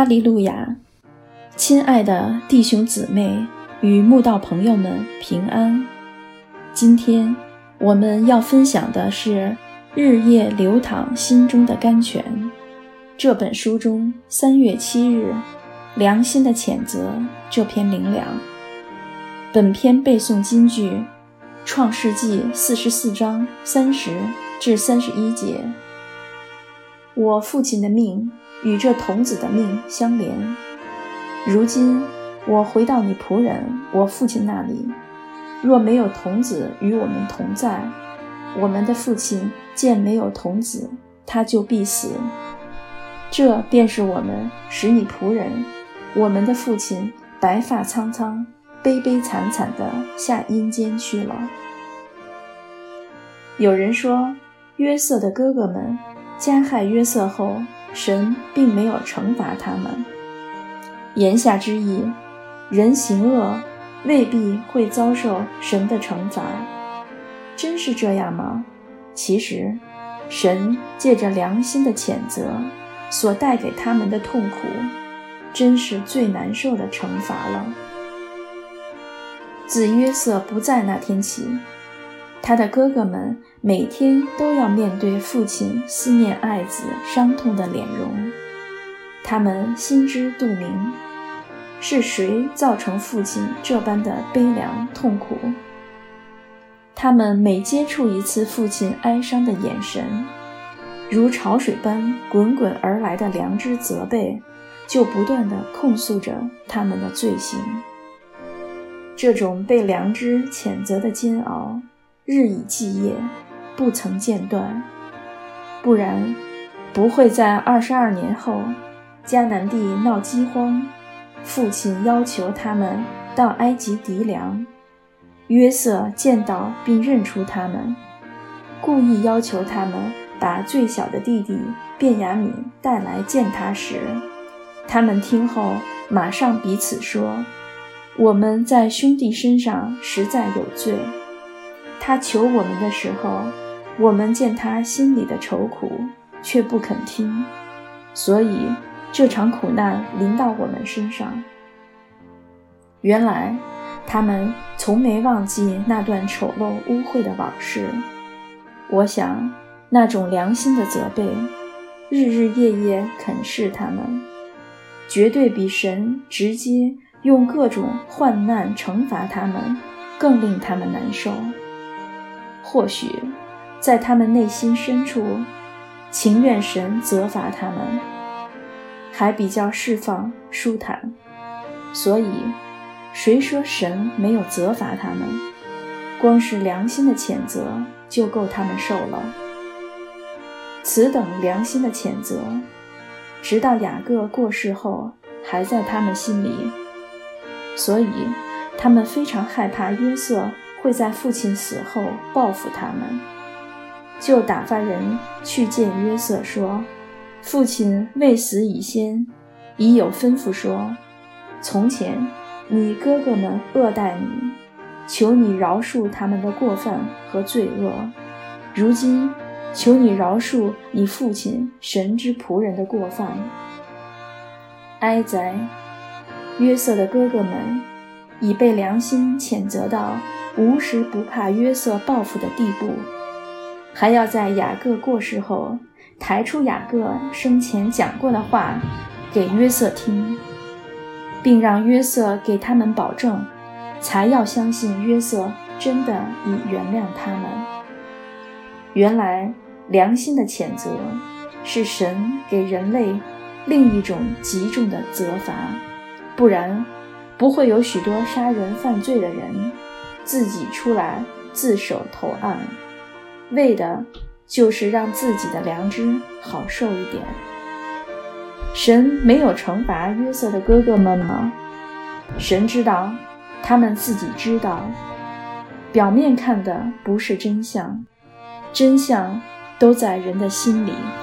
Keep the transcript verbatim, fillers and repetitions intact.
哈利路亚！亲爱的弟兄姊妹与慕道朋友们平安。今天我们要分享的是日夜流淌心中的甘泉这本书中三月七日良心的谴责这篇灵粮。本篇背诵金句创世纪四十四章三十至三十一节。我父亲的命与这童子的命相连，如今我回到你仆人我父亲那里，若没有童子与我们同在，我们的父亲见没有童子，他就必死。这便是我们使你仆人我们的父亲白发苍苍悲悲惨惨地下阴间去了。有人说约瑟的哥哥们加害约瑟后，神并没有惩罚他们。言下之意，人行恶未必会遭受神的惩罚。真是这样吗？其实神借着良心的谴责所带给他们的痛苦，真是最难受的惩罚了。自约瑟不在那天起，他的哥哥们每天都要面对父亲思念爱子伤痛的脸容，他们心知肚明，是谁造成父亲这般的悲凉痛苦。他们每接触一次父亲哀伤的眼神，如潮水般滚滚而来的良知责备，就不断地控诉着他们的罪行。这种被良知谴责的煎熬日以继夜，不曾间断，不然不会在二十二年后迦南地闹饥荒，父亲要求他们到埃及籴粮，约瑟见到并认出他们，故意要求他们把最小的弟弟便雅悯带来见他时，他们听后马上彼此说，我们在兄弟身上实在有罪。他求我们的时候，我们见他心里的愁苦，却不肯听，所以这场苦难临到我们身上。原来他们从没忘记那段丑陋污秽的往事。我想那种良心的责备，日日夜夜啃噬他们，绝对比神直接用各种患难惩罚他们更令他们难受。或许在他们内心深处，情愿神责罚他们，还比较释放舒坦。所以谁说神没有责罚他们？光是良心的谴责就够他们受了。此等良心的谴责，直到雅各过世后还在他们心里，所以他们非常害怕约瑟会在父亲死后报复他们，就打发人去见约瑟说，父亲未死以先已有吩咐说，从前你哥哥们恶待你，求你饶恕他们的过犯和罪恶，如今求你饶恕你父亲神之仆人的过犯。哀哉，约瑟的哥哥们已被良心谴责到无时不怕约瑟报复的地步，还要在雅各过世后抬出雅各生前讲过的话给约瑟听，并让约瑟给他们保证，才要相信约瑟真的已原谅他们。原来良心的谴责是神给人类另一种极重的责罚，不然不会有许多杀人犯罪的人自己出来自首投案，为的就是让自己的良知好受一点。神没有惩罚约瑟的哥哥们吗？神知道，他们自己知道，表面看的不是真相，真相都在人的心里。